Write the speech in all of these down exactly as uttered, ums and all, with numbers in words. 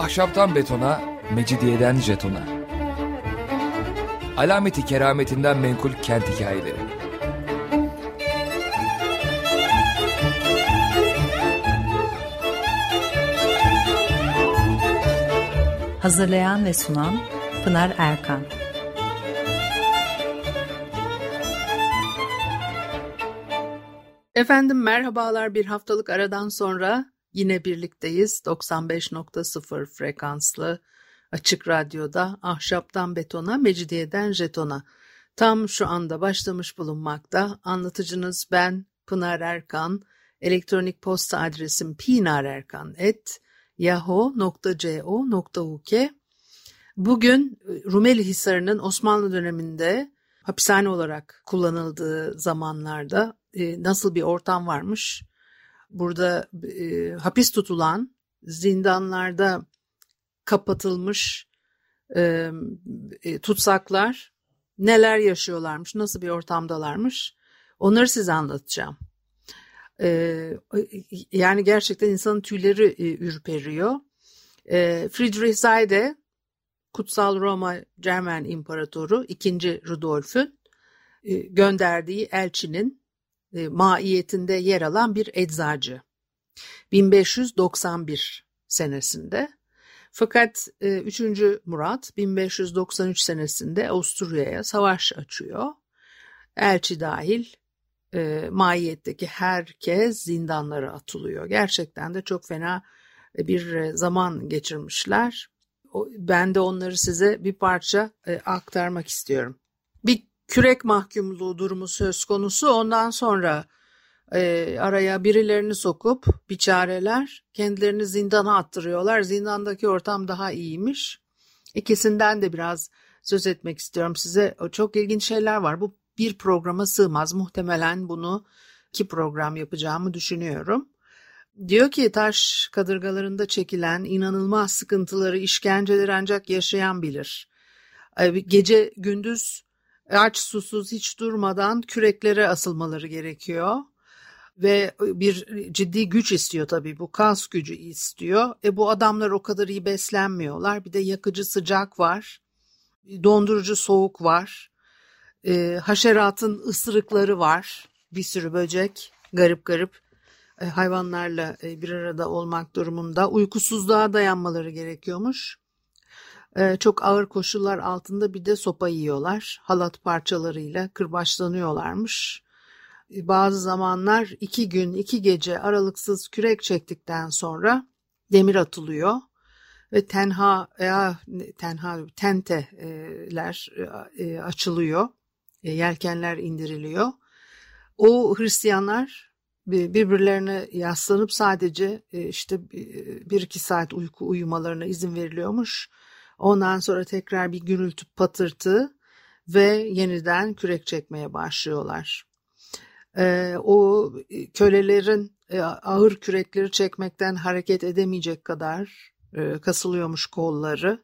Ahşaptan betona, mecidiyeden jetona. Alameti kerametinden menkul kent hikayeleri. Hazırlayan ve sunan Pınar Erkan. Efendim merhabalar, bir haftalık aradan sonra yine birlikteyiz. doksan beş nokta sıfır frekanslı Açık Radyo'da Ahşaptan Betona, Mecidiyeden Jeton'a tam şu anda başlamış bulunmakta. Anlatıcınız ben Pınar Erkan. Elektronik posta adresim pinarerkan at yahoo nokta co nokta uk. Bugün Rumeli Hisarı'nın Osmanlı döneminde hapishane olarak kullanıldığı zamanlarda e, nasıl bir ortam varmış? Burada e, hapis tutulan, zindanlarda kapatılmış e, e, tutsaklar neler yaşıyorlarmış, nasıl bir ortamdalarmış? Onları size anlatacağım. E, yani gerçekten insanın tüyleri e, ürperiyor. E, Friedrich Zayde, Kutsal Roma Cermen İmparatoru ikinci. Rudolf'ün e, gönderdiği elçinin e, maiyetinde yer alan bir eczacı. bin beş yüz doksan bir senesinde. Fakat e, üçüncü. Murat bin beş yüz doksan üç senesinde Avusturya'ya savaş açıyor. Elçi dahil e, maiyetteki herkes zindanlara atılıyor. Gerçekten de çok fena bir zaman geçirmişler. Ben de onları size bir parça e, aktarmak istiyorum. Bir kürek mahkumluğu durumu söz konusu. Ondan sonra e, araya birilerini sokup biçareler kendilerini zindana attırıyorlar. Zindandaki ortam daha iyiymiş. İkisinden de biraz söz etmek istiyorum size. Çok ilginç şeyler var. Bu bir programa sığmaz. Muhtemelen bunu iki program yapacağımı düşünüyorum. Diyor ki taş kadırgalarında çekilen inanılmaz sıkıntıları, işkenceleri ancak yaşayan bilir. Gece gündüz aç susuz hiç durmadan küreklere asılmaları gerekiyor. Ve bir ciddi güç istiyor tabii, bu kas gücü istiyor. E bu adamlar o kadar iyi beslenmiyorlar. Bir de yakıcı sıcak var, dondurucu soğuk var, e, haşeratın ısırıkları var, bir sürü böcek, garip garip hayvanlarla bir arada olmak durumunda, uykusuzluğa dayanmaları gerekiyormuş. Çok ağır koşullar altında bir de sopa yiyorlar. Halat parçalarıyla kırbaçlanıyorlarmış. Bazı zamanlar iki gün iki gece aralıksız kürek çektikten sonra demir atılıyor ve tenha ya tenha tenteler açılıyor. Yelkenler indiriliyor. O Hristiyanlar birbirlerine yaslanıp sadece işte bir iki saat uyku uyumalarına izin veriliyormuş. Ondan sonra tekrar bir gürültü patırtı ve yeniden kürek çekmeye başlıyorlar. O kölelerin ağır kürekleri çekmekten hareket edemeyecek kadar kasılıyormuş kolları.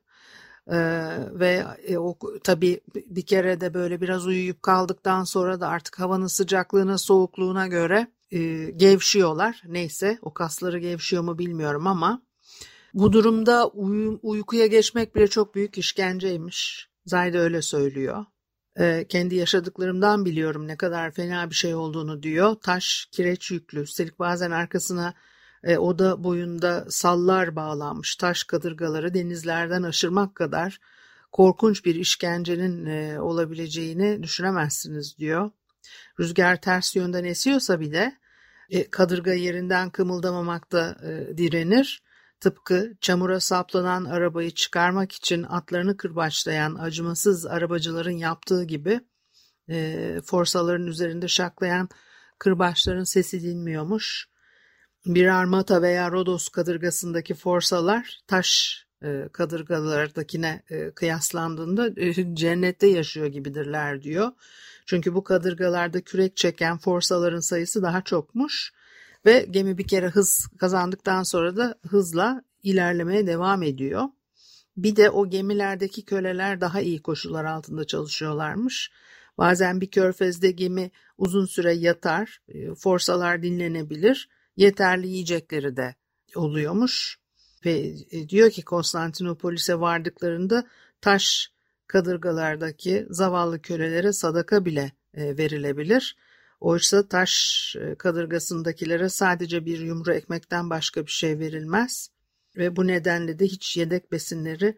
Ve o tabii bir kere de böyle biraz uyuyup kaldıktan sonra da artık havanın sıcaklığına, soğukluğuna göre E, gevşiyorlar. Neyse, o kasları gevşiyor mu bilmiyorum ama bu durumda uy- uykuya geçmek bile çok büyük işkenceymiş. Zayde öyle söylüyor. E, kendi yaşadıklarımdan biliyorum ne kadar fena bir şey olduğunu diyor. Taş, kireç yüklü. Üstelik bazen arkasına e, oda boyunda sallar bağlanmış taş kadırgaları denizlerden aşırmak kadar korkunç bir işkencenin e, olabileceğini düşünemezsiniz diyor. Rüzgar ters yönden esiyorsa bile e, kadırga yerinden kımıldamamakta e, direnir. Tıpkı çamura saplanan arabayı çıkarmak için atlarını kırbaçlayan acımasız arabacıların yaptığı gibi e, forsaların üzerinde şaklayan kırbaçların sesi dinmiyormuş. Bir armata veya Rodos kadırgasındaki forsalar taş e, kadırgalardakine e, kıyaslandığında e, cennette yaşıyor gibidirler diyor. Çünkü bu kadırgalarda kürek çeken forsaların sayısı daha çokmuş ve gemi bir kere hız kazandıktan sonra da hızla ilerlemeye devam ediyor. Bir de o gemilerdeki köleler daha iyi koşullar altında çalışıyorlarmış. Bazen bir körfezde gemi uzun süre yatar, forsalar dinlenebilir, yeterli yiyecekleri de oluyormuş. Ve diyor ki Konstantinopolis'e vardıklarında taş kadırgalardaki zavallı kölelere sadaka bile verilebilir. Oysa taş kadırgasındakilere sadece bir yumru ekmekten başka bir şey verilmez ve bu nedenle de hiç yedek besinleri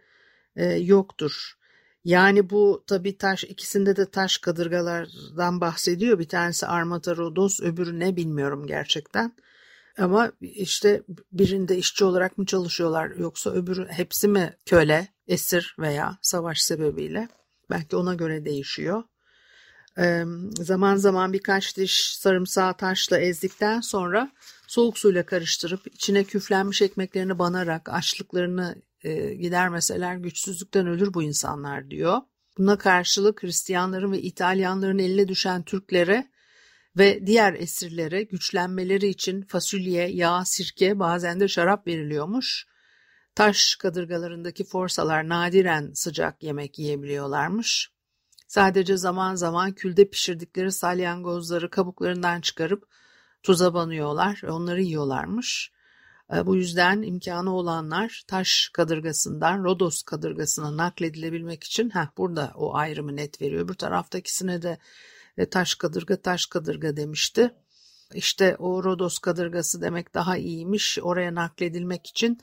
yoktur. Yani bu tabii taş, ikisinde de taş kadırgalardan bahsediyor. Bir tanesi Armata Rodos, öbürü ne bilmiyorum gerçekten. Ama işte birinde işçi olarak mı çalışıyorlar yoksa öbürü hepsi mi köle, esir veya savaş sebebiyle? Belki ona göre değişiyor. Ee, zaman zaman birkaç diş sarımsağı taşla ezdikten sonra soğuk suyla karıştırıp içine küflenmiş ekmeklerini banarak açlıklarını e, gidermeseler güçsüzlükten ölür bu insanlar diyor. Buna karşılık Hristiyanların ve İtalyanların eline düşen Türklere ve diğer esirlere güçlenmeleri için fasulye, yağ, sirke, bazen de şarap veriliyormuş. Taş kadırgalarındaki forsalar nadiren sıcak yemek yiyebiliyorlarmış. Sadece zaman zaman külde pişirdikleri salyangozları kabuklarından çıkarıp tuza banıyorlar ve onları yiyorlarmış. Bu yüzden imkanı olanlar taş kadırgasından Rodos kadırgasına nakledilebilmek için heh, burada o ayrımı net veriyor. Öbür taraftakisine de taş kadırga taş kadırga demişti. İşte o Rodos kadırgası demek daha iyiymiş. Oraya nakledilmek için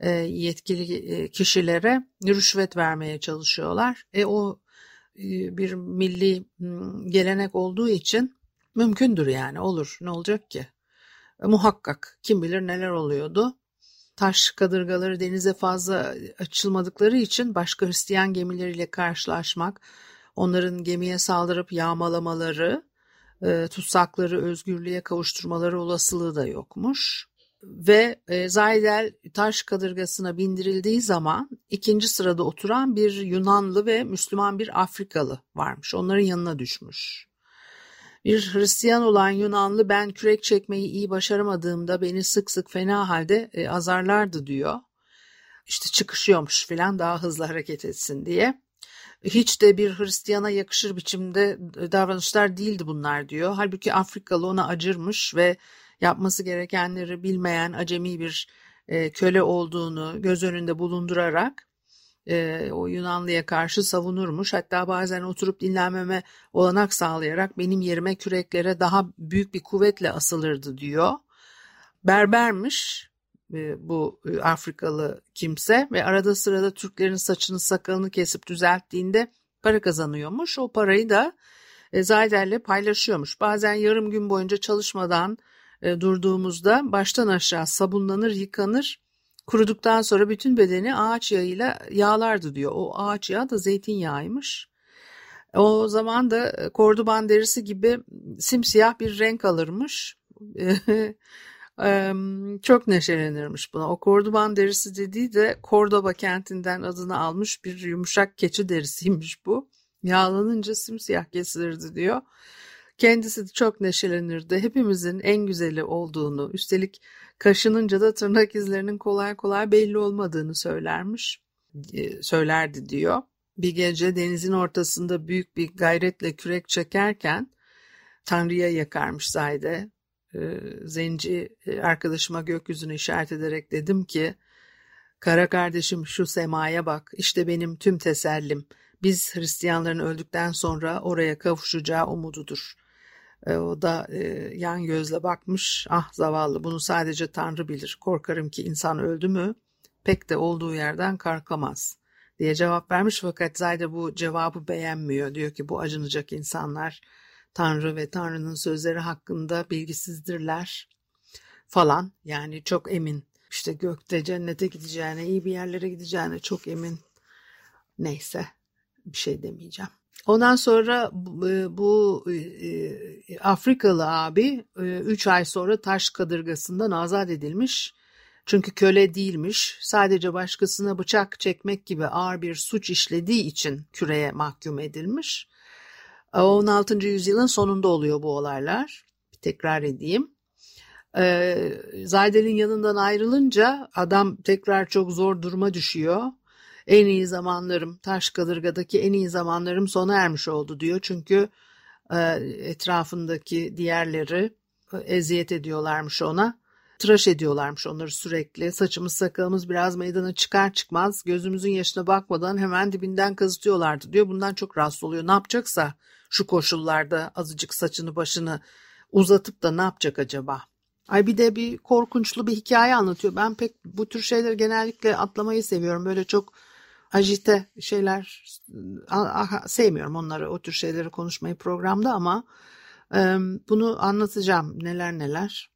yetkili kişilere rüşvet vermeye çalışıyorlar. E o bir milli gelenek olduğu için mümkündür yani, olur, ne olacak ki? E, muhakkak kim bilir neler oluyordu. Taş kadırgaları denize fazla açılmadıkları için başka Hristiyan gemileriyle karşılaşmak, onların gemiye saldırıp yağmalamaları, e, tutsakları özgürlüğe kavuşturmaları olasılığı da yokmuş. Ve e, Zaydel taş kadırgasına bindirildiği zaman ikinci sırada oturan bir Yunanlı ve Müslüman bir Afrikalı varmış. Onların yanına düşmüş. Bir Hristiyan olan Yunanlı, ben kürek çekmeyi iyi başaramadığımda beni sık sık fena halde e, azarlardı diyor. İşte çıkışıyormuş filan daha hızlı hareket etsin diye. Hiç de bir Hristiyana yakışır biçimde davranışlar değildi bunlar diyor. Halbuki Afrikalı ona acırmış ve yapması gerekenleri bilmeyen acemi bir e, köle olduğunu göz önünde bulundurarak e, o Yunanlıya karşı savunurmuş. Hatta bazen oturup dinlenmeme olanak sağlayarak benim yerime küreklere daha büyük bir kuvvetle asılırdı diyor. Berbermiş e, bu e, Afrikalı kimse ve arada sırada Türklerin saçını sakalını kesip düzelttiğinde para kazanıyormuş. O parayı da e, Zaydel'le paylaşıyormuş. Bazen yarım gün boyunca çalışmadan e, durduğumuzda baştan aşağı sabunlanır, yıkanır. Kuruduktan sonra bütün bedeni ağaç yağıyla yağlardı diyor. O ağaç yağı da zeytinyağıymış. O zaman da kordoban derisi gibi simsiyah bir renk alırmış. Çok neşelenirmiş buna. O kordoban derisi dediği de Kordoba kentinden adını almış bir yumuşak keçi derisiymiş bu. Yağlanınca simsiyah kesilirdi diyor. Kendisi de çok neşelenirdi. Hepimizin en güzeli olduğunu, üstelik kaşınınca da tırnak izlerinin kolay kolay belli olmadığını söylermiş, söylerdi diyor. Bir gece denizin ortasında büyük bir gayretle kürek çekerken Tanrı'ya yakarmış Zayde. Zenci arkadaşıma gökyüzüne işaret ederek dedim ki, kara kardeşim şu semaya bak, işte benim tüm tesellim. Biz Hristiyanların öldükten sonra oraya kavuşacağı umududur. O da yan gözle bakmış, ah zavallı, bunu sadece Tanrı bilir. Korkarım ki insan öldü mü pek de olduğu yerden kalkamaz diye cevap vermiş. Fakat Zayde bu cevabı beğenmiyor. Diyor ki bu acınacak insanlar Tanrı ve Tanrı'nın sözleri hakkında bilgisizdirler falan. Yani çok emin, işte gökte cennete gideceğine, iyi bir yerlere gideceğine çok emin. Neyse, bir şey demeyeceğim. Ondan sonra bu, bu e, Afrikalı abi üç ay sonra taş kadırgasından azat edilmiş. Çünkü köle değilmiş. Sadece başkasına bıçak çekmek gibi ağır bir suç işlediği için küreye mahkum edilmiş. on altıncı yüzyılın sonunda oluyor bu olaylar. Tekrar edeyim. Ee, Zaydel'in yanından ayrılınca adam tekrar çok zor duruma düşüyor. En iyi zamanlarım, taş kadırgadaki en iyi zamanlarım sona ermiş oldu diyor. Çünkü e, etrafındaki diğerleri eziyet ediyorlarmış ona. tıraş ediyorlarmış onları sürekli. Saçımız sakalımız biraz meydana çıkar çıkmaz gözümüzün yaşına bakmadan hemen dibinden kazıtıyorlardı diyor. Bundan çok rahatsız oluyor. Ne yapacaksa şu koşullarda azıcık saçını başını uzatıp da ne yapacak acaba? Ay bir de bir korkunçlu bir hikaye anlatıyor. Ben pek bu tür şeyleri genellikle atlamayı seviyorum. Böyle çok ajite şeyler sevmiyorum onları, o tür şeyleri konuşmayı programda ama e, bunu anlatacağım neler neler.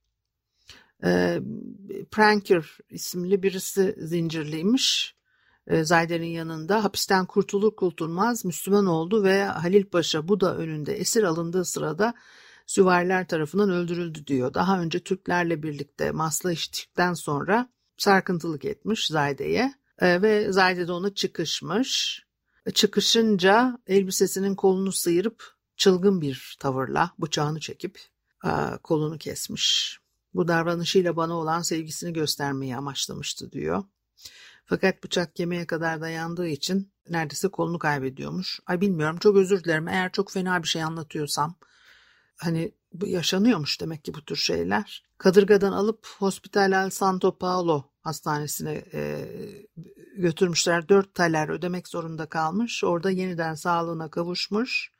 E, Pranker isimli birisi zincirliymiş. E, Zayder'in yanında hapisten kurtulur kurtulmaz Müslüman oldu ve Halil Paşa Buda önünde esir alındığı sırada süvariler tarafından öldürüldü diyor. Daha önce Türklerle birlikte masla içtikten sonra sarkıntılık etmiş Zayde'ye e, ve Zayde de ona çıkışmış. Çıkışınca elbisesinin kolunu sıyırıp çılgın bir tavırla bıçağını çekip e, kolunu kesmiş. Bu davranışıyla bana olan sevgisini göstermeyi amaçlamıştı diyor. Fakat bıçak kemiğe kadar dayandığı için neredeyse kolunu kaybediyormuş. Ay bilmiyorum, çok özür dilerim eğer çok fena bir şey anlatıyorsam. Hani yaşanıyormuş demek ki bu tür şeyler. Kadırgadan alıp Hospital Santo Paulo hastanesine e, götürmüşler. Dört taler ödemek zorunda kalmış. Orada yeniden sağlığına kavuşmuş.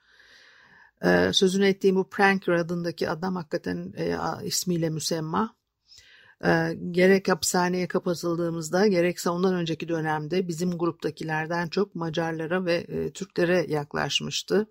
E, sözünü ettiğim bu Pranker adındaki adam hakikaten e, ismiyle müsemma. E, gerek hapishaneye kapatıldığımızda gerekse ondan önceki dönemde bizim gruptakilerden çok Macarlara ve e, Türklere yaklaşmıştı.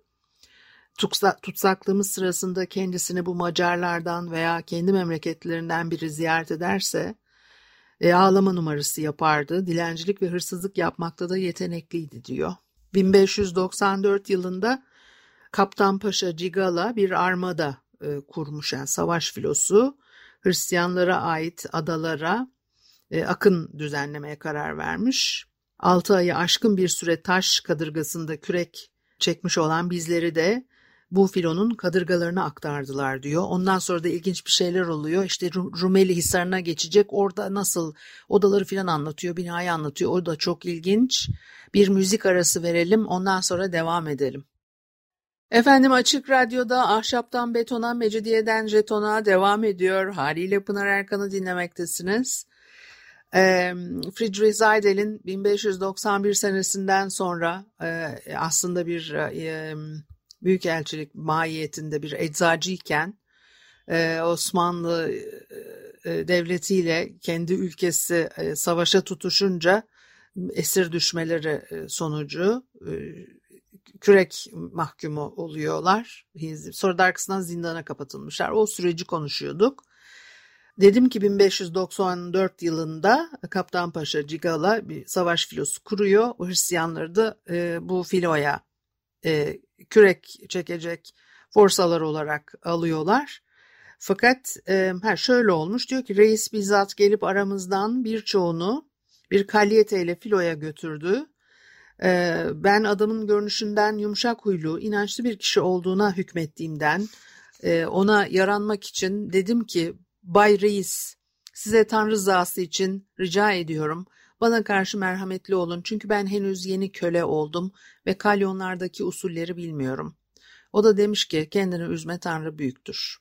Tutsaklığımız sırasında kendisini bu Macarlardan veya kendi memleketlerinden biri ziyaret ederse e, ağlama numarası yapardı. Dilencilik ve hırsızlık yapmakta da yetenekliydi diyor. bin beş yüz doksan dört yılında Kaptan Paşa Cigala bir armada e, kurmuş, yani savaş filosu. Hristiyanlara ait adalara e, akın düzenlemeye karar vermiş. Altı ayı aşkın bir süre taş kadırgasında kürek çekmiş olan bizleri de bu filonun kadırgalarına aktardılar diyor. Ondan sonra da ilginç bir şeyler oluyor. İşte Rumeli Hisarı'na geçecek. Orada nasıl odaları filan anlatıyor, binayı anlatıyor. O da çok ilginç. Bir müzik arası verelim, ondan sonra devam edelim. Efendim, Açık Radyo'da Ahşaptan Betona, Mecidiyeden Jeton'a devam ediyor. Haliyle Pınar Erkan'ı dinlemektesiniz. E, Friedrich Zaydel'in bin beş yüz doksan bir senesinden sonra e, aslında bir e, büyükelçilik mahiyetinde bir eczacıyken e, Osmanlı e, devletiyle kendi ülkesi e, savaşa tutuşunca esir düşmeleri sonucu e, kürek mahkumu oluyorlar. Sonra da arkasından zindana kapatılmışlar. O süreci konuşuyorduk. Dedim ki bin beş yüz doksan dört yılında Kaptan Paşa Cigala bir savaş filosu kuruyor. O Hristiyanları da e, bu filoya e, kürek çekecek forsalar olarak alıyorlar. Fakat e, ha şöyle olmuş, diyor ki reis bizzat gelip aramızdan birçoğunu bir kalyeteyle filoya götürdü. E, ben adamın görünüşünden yumuşak huylu, inançlı bir kişi olduğuna hükmettiğimden e, ona yaranmak için dedim ki Bay Reis, size Tanrı rızası için rica ediyorum, bana karşı merhametli olun çünkü ben henüz yeni köle oldum ve kalyonlardaki usulleri bilmiyorum. O da demiş ki kendini üzme, Tanrı büyüktür.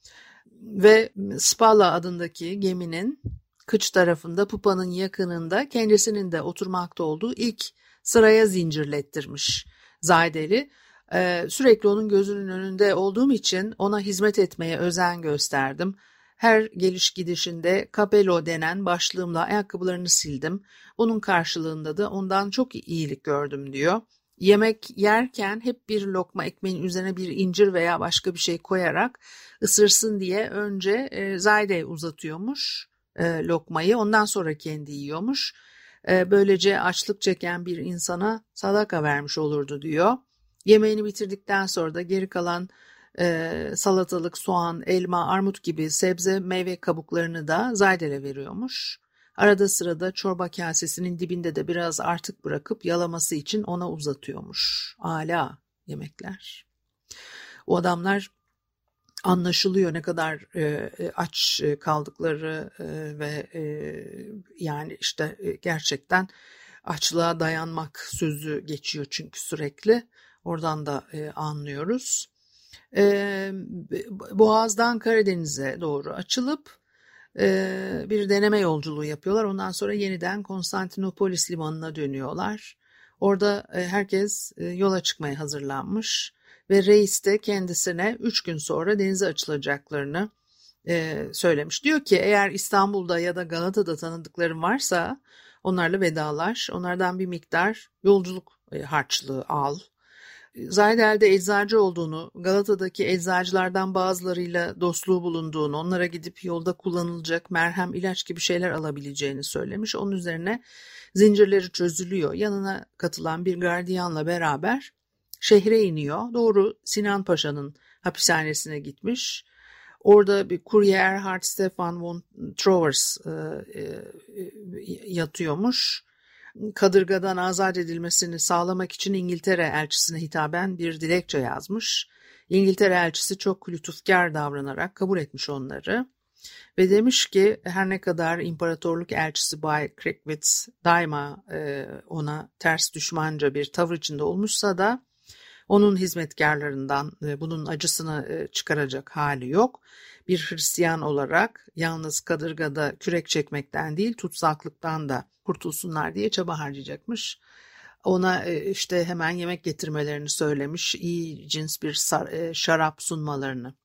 Ve Spala adındaki geminin kıç tarafında pupanın yakınında kendisinin de oturmakta olduğu ilk sıraya zincirlettirmiş Zaydel'i. Ee, sürekli onun gözünün önünde olduğum için ona hizmet etmeye özen gösterdim. Her geliş gidişinde capello denen başlığımla ayakkabılarını sildim. Bunun karşılığında da ondan çok iyilik gördüm diyor. Yemek yerken hep bir lokma ekmeğin üzerine bir incir veya başka bir şey koyarak ısırsın diye önce e, Zayde uzatıyormuş e, lokmayı, ondan sonra kendi yiyormuş. E, böylece açlık çeken bir insana sadaka vermiş olurdu diyor. Yemeğini bitirdikten sonra da geri kalan e, salatalık, soğan, elma, armut gibi sebze meyve kabuklarını da Zaydel'e veriyormuş. Arada sırada çorba kasesinin dibinde de biraz artık bırakıp yalaması için ona uzatıyormuş. Âlâ yemekler. O adamlar anlaşılıyor ne kadar e, aç kaldıkları e, ve e, yani işte e, gerçekten açlığa dayanmak sözü geçiyor çünkü sürekli. Oradan da e, anlıyoruz. E, Boğaz'dan Karadeniz'e doğru açılıp e, bir deneme yolculuğu yapıyorlar. Ondan sonra yeniden Konstantinopolis limanına dönüyorlar. Orada e, herkes e, yola çıkmaya hazırlanmış ve reis de kendisine üç gün sonra denize açılacaklarını e, söylemiş. Diyor ki eğer İstanbul'da ya da Galata'da tanıdıkların varsa onlarla vedalaş, onlardan bir miktar yolculuk e, harçlığı al. Zaydel'de eczacı olduğunu, Galata'daki eczacılardan bazılarıyla dostluğu bulunduğunu, onlara gidip yolda kullanılacak merhem, ilaç gibi şeyler alabileceğini söylemiş. Onun üzerine zincirleri çözülüyor. Yanına katılan bir gardiyanla beraber şehre iniyor. Doğru Sinan Paşa'nın hapishanesine gitmiş. Orada bir kurye Erhard Stefan von Trovers e, e, yatıyormuş. Kadırgadan azat edilmesini sağlamak için İngiltere elçisine hitaben bir dilekçe yazmış. İngiltere elçisi çok lütufkar davranarak kabul etmiş onları ve demiş ki her ne kadar imparatorluk elçisi Bay Crickwitz daima e, ona ters düşmanca bir tavır içinde olmuşsa da onun hizmetkarlarından e, bunun acısını e, çıkaracak hali yok. Bir Hristiyan olarak yalnız kadırgada kürek çekmekten değil tutsaklıktan da kurtulsunlar diye çaba harcayacakmış. Ona işte hemen yemek getirmelerini söylemiş, iyi cins bir şarap sunmalarını.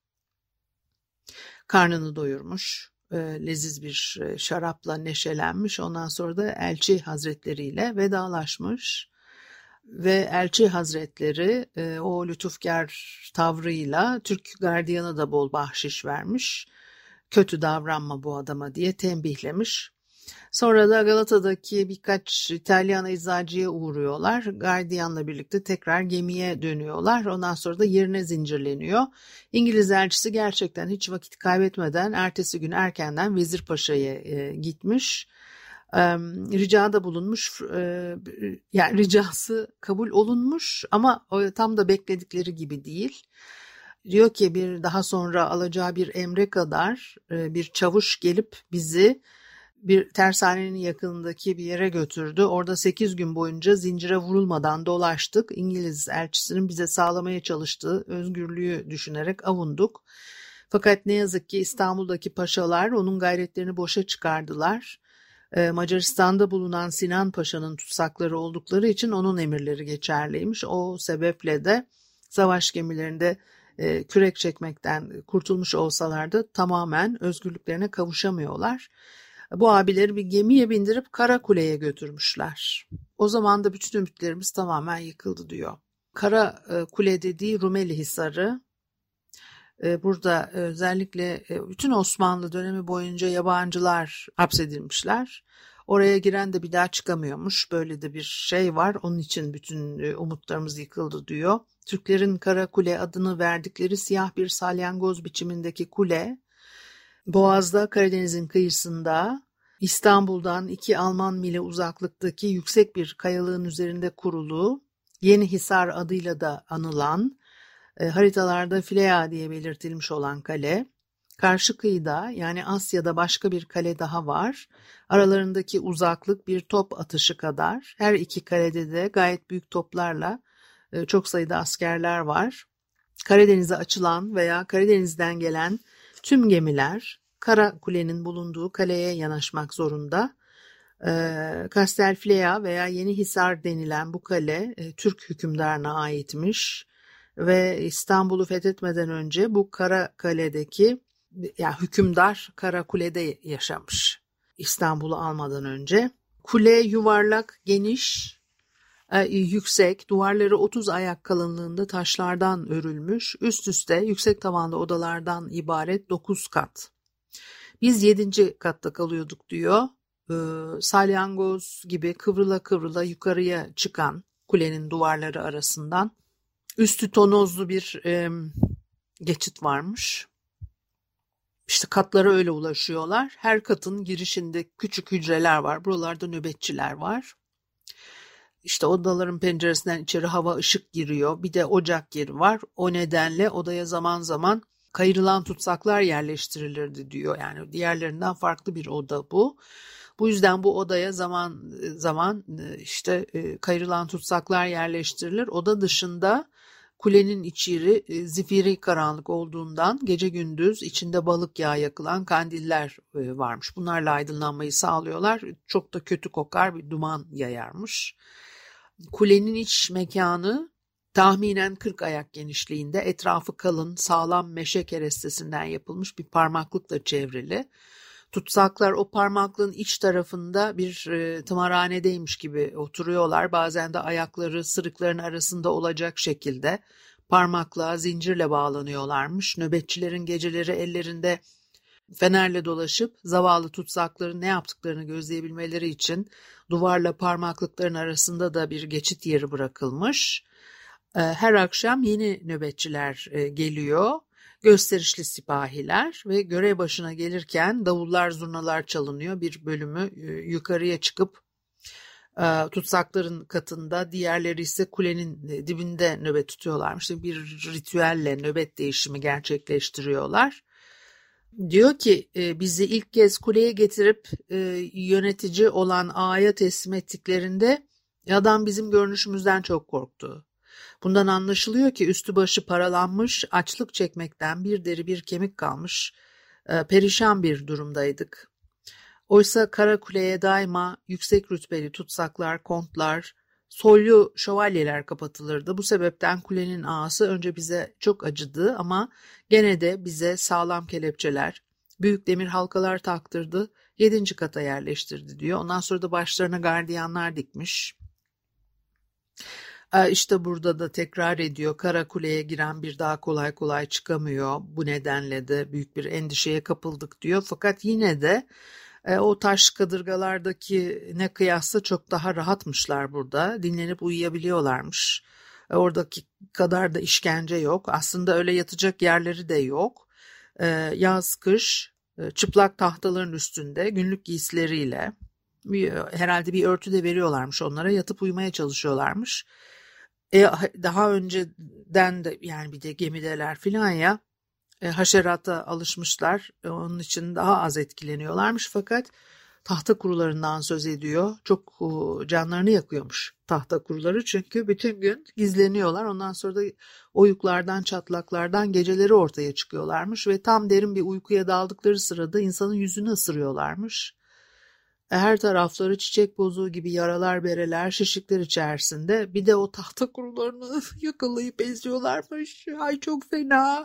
Karnını doyurmuş, leziz bir şarapla neşelenmiş. Ondan sonra da elçi hazretleriyle vedalaşmış. Ve elçi hazretleri o lütufkar tavrıyla Türk gardiyana da bol bahşiş vermiş. Kötü davranma bu adama diye tembihlemiş. Sonra da Galata'daki birkaç İtalyan eczacıya uğruyorlar. Gardiyanla birlikte tekrar gemiye dönüyorlar. Ondan sonra da yerine zincirleniyor. İngiliz elçisi gerçekten hiç vakit kaybetmeden ertesi gün erkenden Vezirpaşa'ya e, gitmiş. E, ricada bulunmuş. E, yani ricası kabul olunmuş ama tam da bekledikleri gibi değil. Diyor ki bir daha sonra alacağı bir emre kadar e, bir çavuş gelip bizi bir tersanenin yakınındaki bir yere götürdü. Orada sekiz gün boyunca zincire vurulmadan dolaştık. İngiliz elçisinin bize sağlamaya çalıştığı özgürlüğü düşünerek avunduk. Fakat ne yazık ki İstanbul'daki paşalar onun gayretlerini boşa çıkardılar. Ee, Macaristan'da bulunan Sinan Paşa'nın tutsakları oldukları için onun emirleri geçerliymiş. O sebeple de savaş gemilerinde e, kürek çekmekten kurtulmuş olsalar da tamamen özgürlüklerine kavuşamıyorlar. Bu abileri bir gemiye bindirip Karakule'ye götürmüşler. O zaman da bütün ümitlerimiz tamamen yıkıldı diyor. Karakule dediği Rumeli Hisarı. Burada özellikle bütün Osmanlı dönemi boyunca yabancılar hapsedilmişler. Oraya giren de bir daha çıkamıyormuş. Böyle de bir şey var. Onun için bütün umutlarımız yıkıldı diyor. Türklerin Karakule adını verdikleri siyah bir salyangoz biçimindeki kule, Boğaz'da Karadeniz'in kıyısında İstanbul'dan iki Alman mili uzaklıktaki yüksek bir kayalığın üzerinde kurulu, Yenihisar adıyla da anılan, e, haritalarda Filea diye belirtilmiş olan kale. Karşı kıyıda yani Asya'da başka bir kale daha var. Aralarındaki uzaklık bir top atışı kadar. Her iki kalede de gayet büyük toplarla e, çok sayıda askerler var. Karadeniz'e açılan veya Karadeniz'den gelen tüm gemiler Karakule'nin bulunduğu kaleye yanaşmak zorunda. E, Castelflea veya Yenihisar denilen bu kale e, Türk hükümdarına aitmiş ve İstanbul'u fethetmeden önce bu Karakale'deki yani hükümdar Karakule'de yaşamış. İstanbul'u almadan önce. Kule yuvarlak, geniş, e, yüksek, duvarları otuz ayak kalınlığında taşlardan örülmüş, üst üste yüksek tavanlı odalardan ibaret dokuz kat. Biz yedinci katta kalıyorduk diyor. E, salyangoz gibi kıvrıla kıvrıla yukarıya çıkan kulenin duvarları arasından üstü tonozlu bir e, geçit varmış. İşte katlara öyle ulaşıyorlar. Her katın girişinde küçük hücreler var. Buralarda nöbetçiler var. İşte odaların penceresinden içeri hava, ışık giriyor. Bir de ocak yeri var. O nedenle odaya zaman zaman kayırılan tutsaklar yerleştirilirdi diyor. Yani diğerlerinden farklı bir oda bu. Bu yüzden bu odaya zaman zaman işte kayırılan tutsaklar yerleştirilir. Oda dışında Kulenin içeri e, zifiri karanlık olduğundan gece gündüz içinde balık yağı yakılan kandiller e, varmış. Bunlarla aydınlanmayı sağlıyorlar. Çok da kötü kokar bir duman yayarmış. Kulenin iç mekanı tahminen kırk ayak genişliğinde, etrafı kalın, sağlam meşe kerestesinden yapılmış bir parmaklıkla çevrili. Tutsaklar o parmaklığın iç tarafında bir e, tımarhanedeymiş gibi oturuyorlar. Bazen de ayakları sırıkların arasında olacak şekilde parmaklığa zincirle bağlanıyorlarmış. Nöbetçilerin geceleri ellerinde fenerle dolaşıp zavallı tutsakların ne yaptıklarını gözleyebilmeleri için duvarla parmaklıkların arasında da bir geçit yeri bırakılmış. Her akşam yeni nöbetçiler geliyor, gösterişli sipahiler ve görev başına gelirken davullar, zurnalar çalınıyor. Bir bölümü yukarıya çıkıp tutsakların katında, diğerleri ise kulenin dibinde nöbet tutuyorlarmış. Bir ritüelle nöbet değişimi gerçekleştiriyorlar. Diyor ki bizi ilk kez kuleye getirip yönetici olan ağaya teslim ettiklerinde adam bizim görünüşümüzden çok korktu. Bundan anlaşılıyor ki üstü başı paralanmış, açlık çekmekten bir deri bir kemik kalmış, perişan bir durumdaydık. Oysa Karakule'ye daima yüksek rütbeli tutsaklar, kontlar, soylu şövalyeler kapatılırdı. Bu sebepten kulenin ağası önce bize çok acıdı ama gene de bize sağlam kelepçeler, büyük demir halkalar taktırdı, yedinci kata yerleştirdi diyor. Ondan sonra da başlarına gardiyanlar dikmiş. İşte burada da tekrar ediyor, Karakule'ye giren bir daha kolay kolay çıkamıyor. Bu nedenle de büyük bir endişeye kapıldık diyor. Fakat yine de o taş kadırgalardaki ne kıyasla çok daha rahatmışlar burada. Dinlenip uyuyabiliyorlarmış. Oradaki kadar da işkence yok. Aslında öyle yatacak yerleri de yok. Yaz, kış, çıplak tahtaların üstünde günlük giysileriyle bir, herhalde bir örtü de veriyorlarmış onlara. Yatıp uyumaya çalışıyorlarmış. E, daha önceden de yani bir de gemideler filan ya e, haşerata alışmışlar. E, onun için daha az etkileniyorlarmış fakat tahta kurularından söz ediyor. Çok e, canlarını yakıyormuş tahta kuruları çünkü bütün gün gizleniyorlar. Ondan sonra da oyuklardan, çatlaklardan geceleri ortaya çıkıyorlarmış ve tam derin bir uykuya daldıkları sırada insanın yüzünü ısırıyorlarmış. Her tarafları çiçek bozuğu gibi yaralar, bereler, şişlikler içerisinde. Bir de o tahta kurularını yakalayıp eziyorlarmış. Ay çok fena.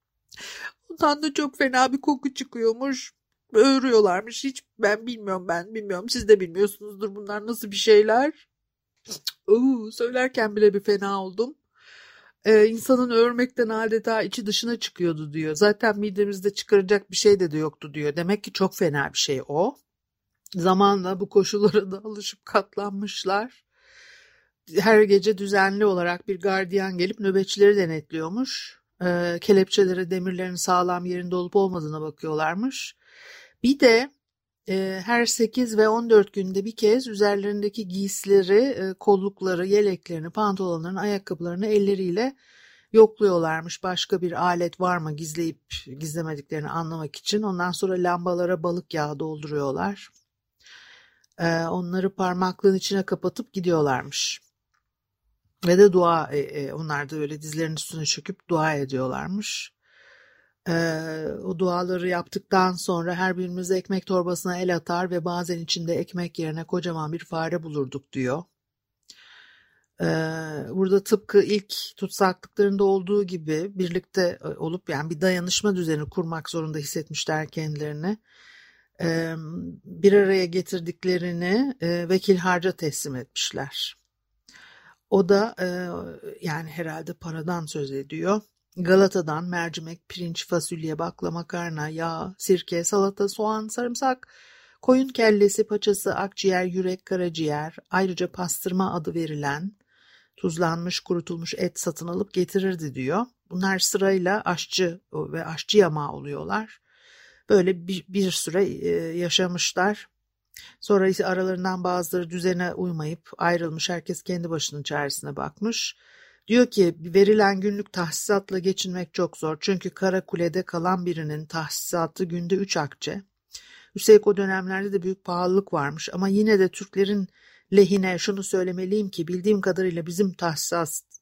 Ondan da çok fena bir koku çıkıyormuş. Öğürüyorlarmış. Hiç ben bilmiyorum ben bilmiyorum. Siz de bilmiyorsunuzdur bunlar nasıl bir şeyler. Oo, söylerken bile bir fena oldum. Ee, insanın öğürmekten adeta içi dışına çıkıyordu diyor. Zaten midemizde çıkaracak bir şey de, de yoktu diyor. Demek ki çok fena bir şey o. Zamanla bu koşullara da alışıp katlanmışlar. Her gece düzenli olarak bir gardiyan gelip nöbetçileri denetliyormuş. E, kelepçelere, demirlerin sağlam yerinde olup olmadığına bakıyorlarmış. Bir de e, her sekiz ve on dört günde bir kez üzerlerindeki giysileri, e, kollukları, yeleklerini, pantolonlarını, ayakkabılarını elleriyle yokluyorlarmış. Başka bir alet var mı gizleyip gizlemediklerini anlamak için. Ondan sonra lambalara balık yağı dolduruyorlar. Onları parmaklığın içine kapatıp gidiyorlarmış. Ve de dua, onlar da öyle dizlerinin üstüne çöküp dua ediyorlarmış. O duaları yaptıktan sonra her birimiz ekmek torbasına el atar ve bazen içinde ekmek yerine kocaman bir fare bulurduk diyor. Burada tıpkı ilk tutsaklıklarında olduğu gibi birlikte olup yani bir dayanışma düzeni kurmak zorunda hissetmişler kendilerini. Bir araya getirdiklerini vekil harca teslim etmişler. O da yani herhalde paradan söz ediyor. Galata'dan mercimek, pirinç, fasulye, bakla, makarna, yağ, sirke, salata, soğan, sarımsak, koyun kellesi, paçası, akciğer, yürek, karaciğer, ayrıca pastırma adı verilen tuzlanmış, kurutulmuş et satın alıp getirirdi diyor. Bunlar sırayla aşçı ve aşçı yamağı oluyorlar. Böyle bir, bir süre yaşamışlar. Sonra ise aralarından bazıları düzene uymayıp ayrılmış. Herkes kendi başının çaresine bakmış. Diyor ki verilen günlük tahsisatla geçinmek çok zor. Çünkü Karakule'de kalan birinin tahsisatı günde üç akçe. Üstelik o dönemlerde de büyük pahalılık varmış. Ama yine de Türklerin lehine şunu söylemeliyim ki bildiğim kadarıyla bizim tahsisat,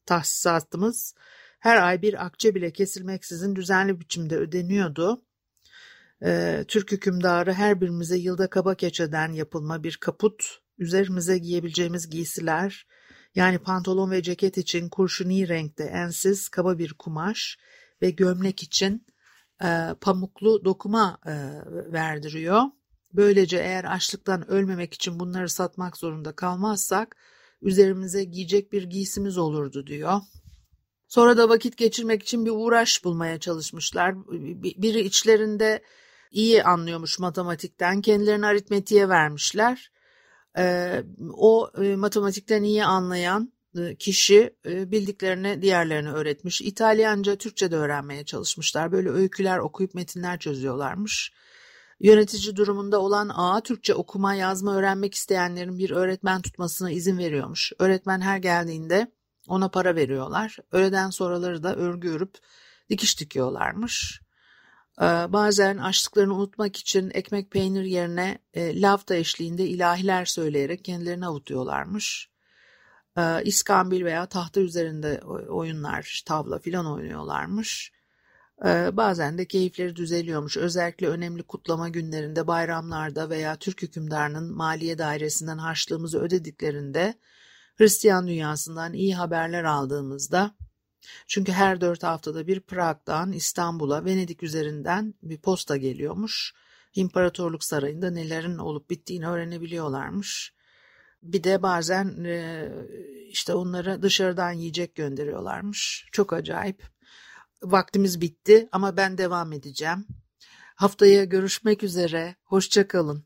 tahsisatımız her ay bir akçe bile kesilmeksizin düzenli biçimde ödeniyordu. Ee, Türk hükümdarı her birimize yılda kaba keçeden yapılma bir kaput, üzerimize giyebileceğimiz giysiler, yani pantolon ve ceket için kurşuni renkte ensiz kaba bir kumaş ve gömlek için e, pamuklu dokuma e, verdiriyor. Böylece eğer açlıktan ölmemek için bunları satmak zorunda kalmazsak üzerimize giyecek bir giysimiz olurdu diyor. Sonra da vakit geçirmek için bir uğraş bulmaya çalışmışlar. Biri içlerinde iyi anlıyormuş matematikten, kendilerini aritmetiğe vermişler. Ee, o e, matematikten iyi anlayan e, kişi e, bildiklerini diğerlerine öğretmiş. İtalyanca, Türkçe de öğrenmeye çalışmışlar. Böyle öyküler okuyup metinler çözüyorlarmış. Yönetici durumunda olan ağa Türkçe okuma, yazma öğrenmek isteyenlerin bir öğretmen tutmasına izin veriyormuş. Öğretmen her geldiğinde ona para veriyorlar. Öğleden sonraları da örgü örüp dikiş dikiyorlarmış. Ee, bazen açlıklarını unutmak için ekmek peynir yerine e, lafta eşliğinde ilahiler söyleyerek kendilerini avutuyorlarmış. Ee, İskambil veya tahta üzerinde oyunlar, tavla filan oynuyorlarmış. Ee, bazen de keyifleri düzeliyormuş. Özellikle önemli kutlama günlerinde, bayramlarda veya Türk hükümdarının maliye dairesinden harçlığımızı ödediklerinde, Hristiyan dünyasından iyi haberler aldığımızda, çünkü her dört haftada bir Prag'dan İstanbul'a Venedik üzerinden bir posta geliyormuş. İmparatorluk Sarayı'nda nelerin olup bittiğini öğrenebiliyorlarmış. Bir de bazen e, işte onlara dışarıdan yiyecek gönderiyorlarmış. Çok acayip. Vaktimiz bitti ama ben devam edeceğim. Haftaya görüşmek üzere. Hoşça kalın.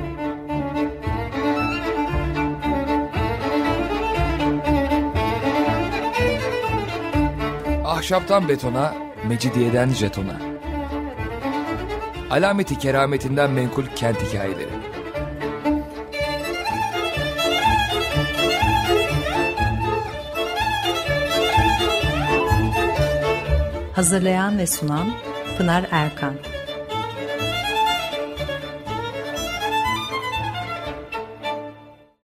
Ahşaptan betona, mecidiyeden jetona. Alameti kerametinden menkul kent hikayeleri. Hazırlayan ve sunan Pınar Erkan.